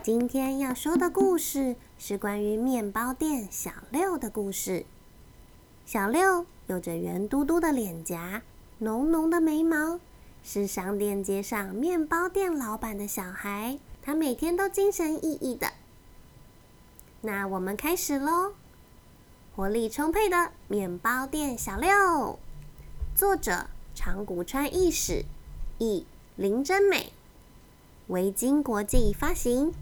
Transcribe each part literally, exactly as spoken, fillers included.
今天要说的故事是关于面包店小六的故事。小六有着圆嘟嘟的脸颊，浓浓的眉毛，是商店街上面包店老板的小孩，他每天都精神奕奕的。那我们开始咯，活力充沛的面包店小六，作者长谷川义史，译林真美，维京国际发行。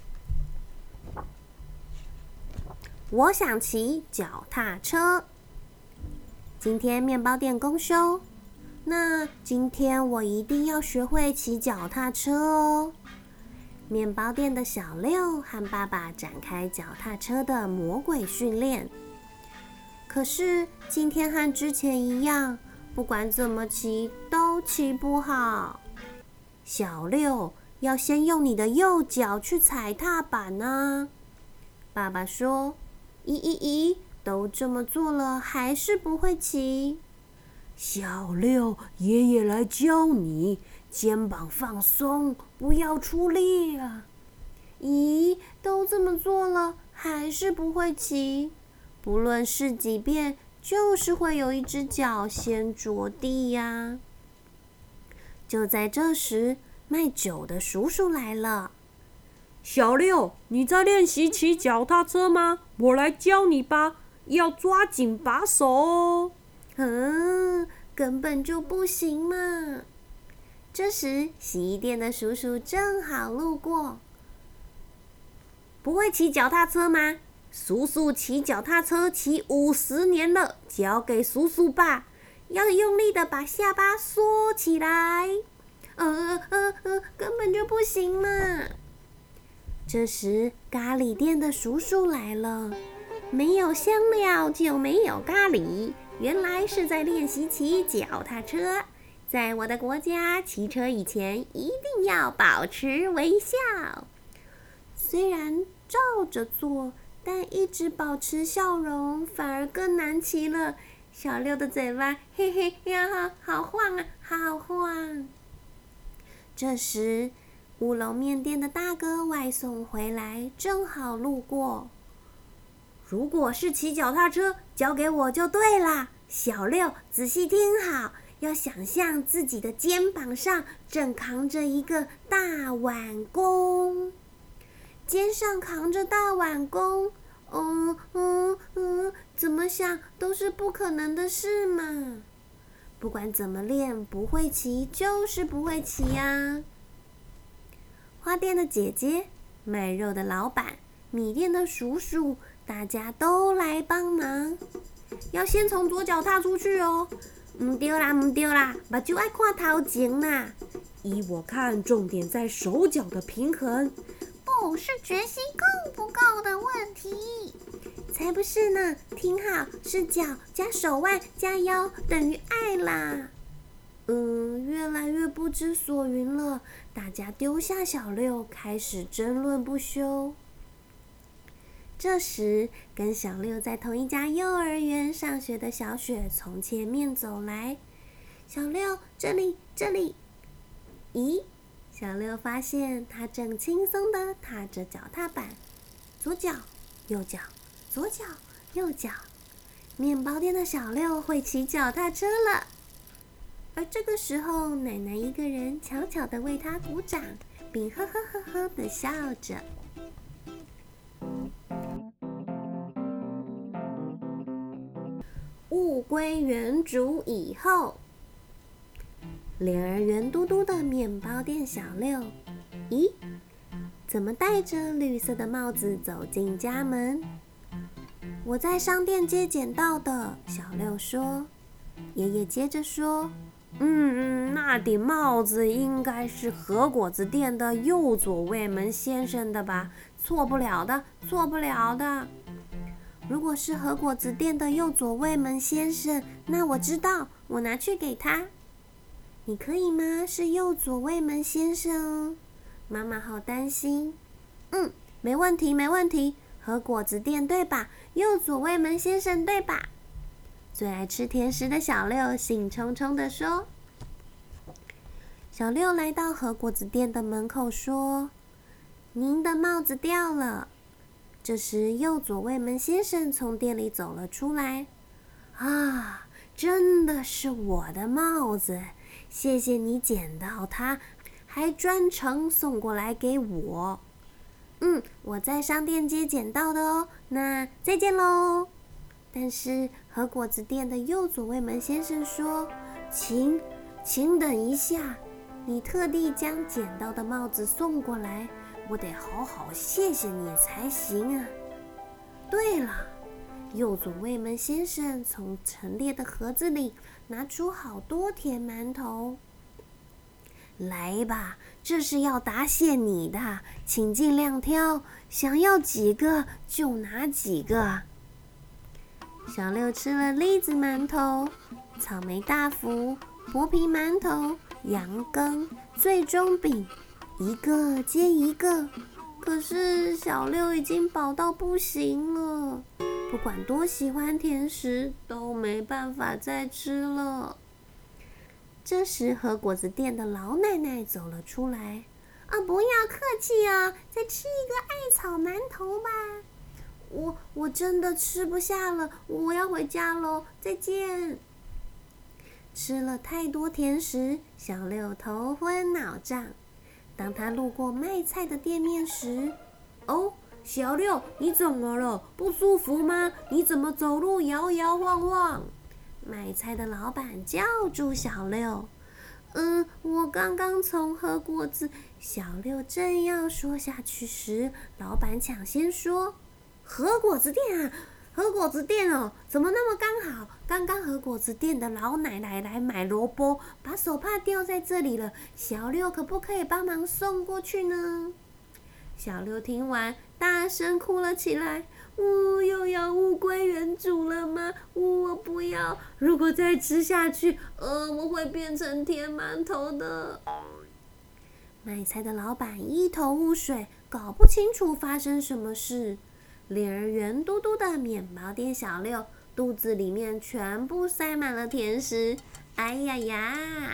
我想骑脚踏车。今天面包店公休，那今天我一定要学会骑脚踏车哦。面包店的小六和爸爸展开脚踏车的魔鬼训练。可是今天和之前一样，不管怎么骑都骑不好。小六，要先用你的右脚去踩踏板啊。爸爸说，咦咦咦，都这么做了，还是不会骑。 小六，爷爷来教你，肩膀放松，不要出力啊。 咦，都这么做了，还是不会骑。不论试几遍，就是会有一只脚先着地呀。就在这时，卖酒的叔叔来了。 小六，你在练习骑脚踏车吗？我来教你吧，要抓紧把手哦。 嗯，根本就不行嘛。这时，洗衣店的叔叔正好路过。不会骑脚踏车吗？叔叔骑脚踏车骑五十年了，交给叔叔吧。要用力的把下巴缩起来。呃呃呃，根本就不行嘛。这时，咖喱店的叔叔来了。没有香料就没有咖喱，原来是在练习骑脚踏车。在我的国家，骑车以前一定要保持微笑。虽然照着做，但一直保持笑容反而更难骑了。小六的嘴巴嘿嘿呀，好晃啊，好晃。这时，乌龙面店的大哥外送回来，正好路过。如果是骑脚踏车，交给我就对啦。小六，仔细听好，要想象自己的肩膀上正扛着一个大碗弓，肩上扛着大碗弓，嗯嗯嗯，怎么想都是不可能的事嘛。不管怎么练，不会骑就是不会骑呀。花店的姐姐，卖肉的老板，米店的叔叔，大家都来帮忙。要先从左脚踏出去哦。唔对啦，唔对啦，目睭爱看头前啦。 依我看，重点在手脚的平衡。 不是决心够不够的问题。才不是呢，听好，是脚加手腕加腰等于爱啦。嗯，越来越不知所云了。大家丢下小六，开始争论不休。这时，跟小六在同一家幼儿园上学的小雪从前面走来。小六，这里，这里。咦？小六发现他正轻松地踏着脚踏板，左脚，右脚，左脚，右脚。面包店的小六会骑脚踏车了。而这个时候，奶奶一个人悄悄地为他鼓掌，并呵呵呵呵地笑着。物归原主以后，脸儿圆嘟嘟的面包店小六，咦，怎么戴着绿色的帽子走进家门？我在商店街捡到的，小六说。爷爷接着说，嗯嗯，那顶帽子应该是和果子店的右左卫门先生的吧？错不了的，错不了的。如果是和果子店的右左卫门先生，那我知道，我拿去给他。你可以吗？是右左卫门先生哦。妈妈好担心。嗯，没问题，没问题。和果子店对吧？右左卫门先生对吧？最爱吃甜食的小六兴冲冲地说。小六来到和果子店的门口说， 您的帽子掉了。”这时，右左卫门先生从店里走了出来。啊，真的是我的帽子，谢谢你捡到它，还专程送过来给我。嗯，我在商店街捡到的哦，那再见喽。但是和果子店的右左卫门先生说：“请，请等一下，你特地将捡到的帽子送过来，我得好好谢谢你才行啊。”对了，右左卫门先生从陈列的盒子里拿出好多甜馒头。来吧，这是要答谢你的，请尽量挑，想要几个就拿几个。小六吃了栗子馒头、草莓大福、薄皮馒头、羊羹、最终饼，一个接一个。可是小六已经饱到不行了，不管多喜欢甜食，都没办法再吃了。这时，和果子店的老奶奶走了出来。啊，不要客气啊，再吃一个艾草馒头吧。我我真的吃不下了，我要回家喽，再见。吃了太多甜食，小六头昏脑胀。当他路过卖菜的店面时，哦，小六，你怎么了？不舒服吗？你怎么走路摇摇晃晃？卖菜的老板叫住小六。嗯，我刚刚从和果子。小六正要说下去时，老板抢先说：“和果子店啊，和果子店哦，怎么那么刚好？刚刚和果子店的老奶奶来买萝卜，把手帕掉在这里了。小六可不可以帮忙送过去呢？”小六听完，大声哭了起来。我又要物归原主了吗？我不要！如果再吃下去，呃，我会变成甜馒头的。卖菜的老板一头雾水，搞不清楚发生什么事。脸儿圆嘟嘟的面包店小六，肚子里面全部塞满了甜食。哎呀呀！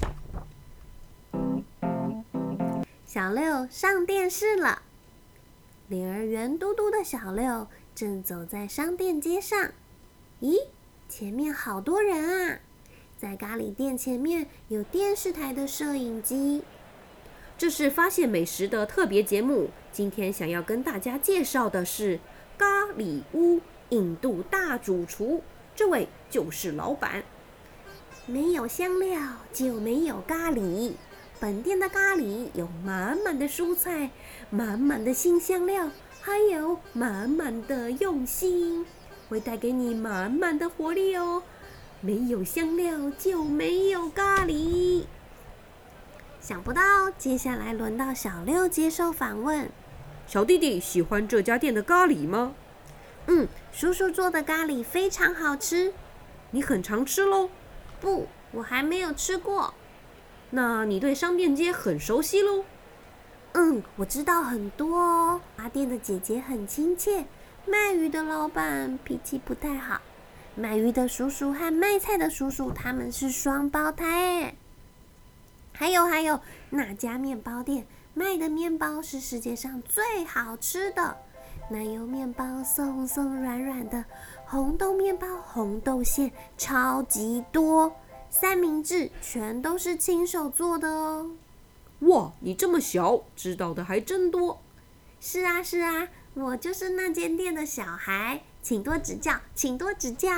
小六上电视了。脸儿圆嘟嘟的小六正走在商店街上。咦，前面好多人啊！在咖喱店前面有电视台的摄影机。 这是发现美食的特别节目，今天想要跟大家介绍的是咖喱屋印度大主厨，这位就是老板。 没有香料就没有咖喱。本店的咖喱有满满的蔬菜，满满的新香料，还有满满的用心，会带给你满满的活力哦。没有香料就没有咖喱。想不到接下来轮到小六接受访问。 小弟弟喜欢这家店的咖喱吗？ 嗯，叔叔做的咖喱非常好吃。 你很常吃咯？ 不，我还没有吃过。 那你对商店街很熟悉咯？ 嗯，我知道很多哦。花店的姐姐很亲切，卖鱼的老板脾气不太好。卖鱼的叔叔和卖菜的叔叔他们是双胞胎哎。还有还有，那家面包店卖的面包是世界上最好吃的。奶油面包松松软软的，红豆面包红豆馅超级多。三明治全都是亲手做的哦。 哇，你这么小，知道的还真多。 是啊是啊，我就是那间店的小孩，请多指教，请多指教。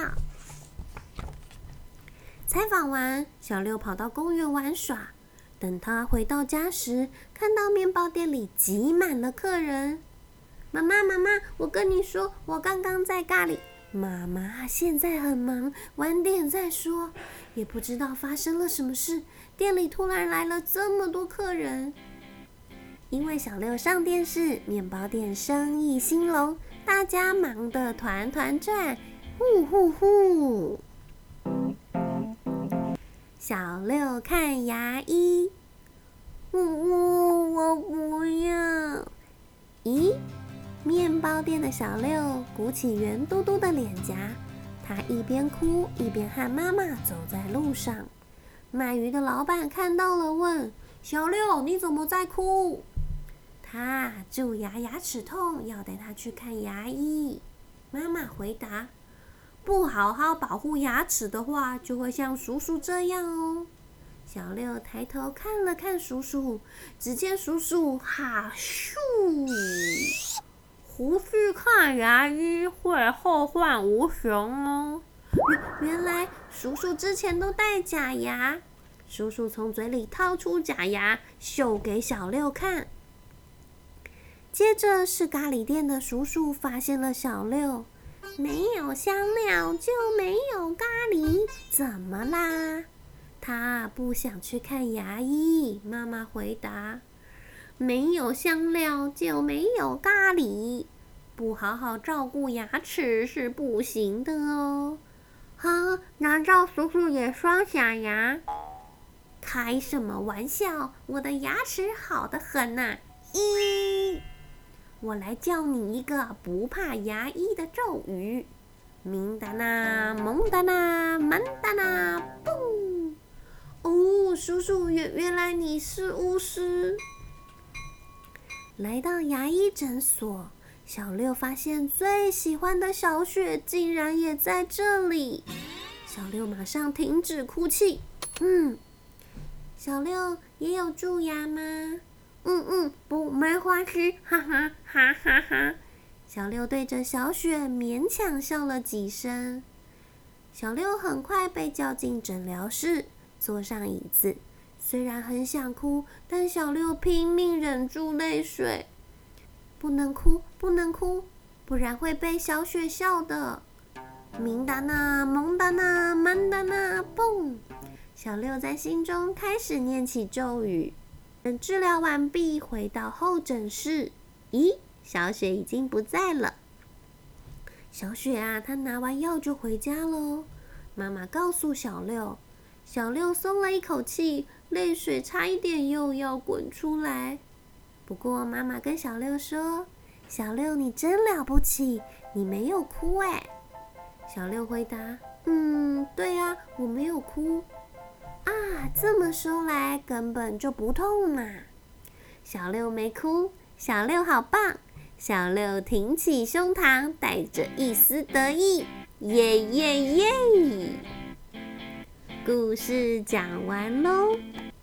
采访完，小六跑到公园玩耍。等他回到家时，看到面包店里挤满了客人。妈妈妈妈，我跟你说，我刚刚在咖喱。妈妈现在很忙，晚点再说。也不知道发生了什么事，店里突然来了这么多客人。因为小六上电视，面包店生意兴隆，大家忙得团团转，呼呼呼。小六看牙医，呜呜，我不要。咦？面包店的小六鼓起圆嘟嘟的脸颊，他一边哭一边和妈妈走在路上。卖鱼的老板看到了，问：“小六，你怎么在哭？” 他蛀牙，牙齿痛，要带他去看牙医。妈妈回答：不好好保护牙齿的话，就会像叔叔这样哦。小六抬头看了看叔叔，只见叔叔哈咻，不去看牙医会后患无穷哦。原原来叔叔之前都戴假牙。叔叔从嘴里掏出假牙，秀给小六看。接着是咖喱店的叔叔发现了小六，没有香料就没有咖喱，怎么啦？他不想去看牙医。妈妈回答：没有香料就没有咖喱，不好好照顾牙齿是不行的哦。哈，难道叔叔也刷假牙？开什么玩笑！我的牙齿好得很呐、啊！一，我来教你一个不怕牙医的咒语：明达那，蒙达那，曼达那，嘣！哦，叔叔，原原来你是巫师。来到牙医诊所，小六发现最喜欢的小雪竟然也在这里。小六马上停止哭泣。嗯。小六也有蛀牙吗？嗯嗯，不，没关系，哈哈哈哈哈！小六对着小雪勉强笑了几声。小六很快被叫进诊疗室，坐上椅子。虽然很想哭，但小六拼命忍住泪水。不能哭，不能哭，不然会被小雪笑的。明达那，蒙达那，曼达那，蹦！小六在心中开始念起咒语。等治疗完毕，回到候诊室，咦，小雪已经不在了。小雪啊，她拿完药就回家喽。妈妈告诉小六，小六松了一口气，泪水差一点又要滚出来。不过妈妈跟小六说：“小六，你真了不起，你没有哭哎。”小六回答：“嗯，对啊，我没有哭。”啊，这么说来根本就不痛嘛！小六没哭，小六好棒！小六挺起胸膛，带着一丝得意，耶耶耶！故事讲完喽。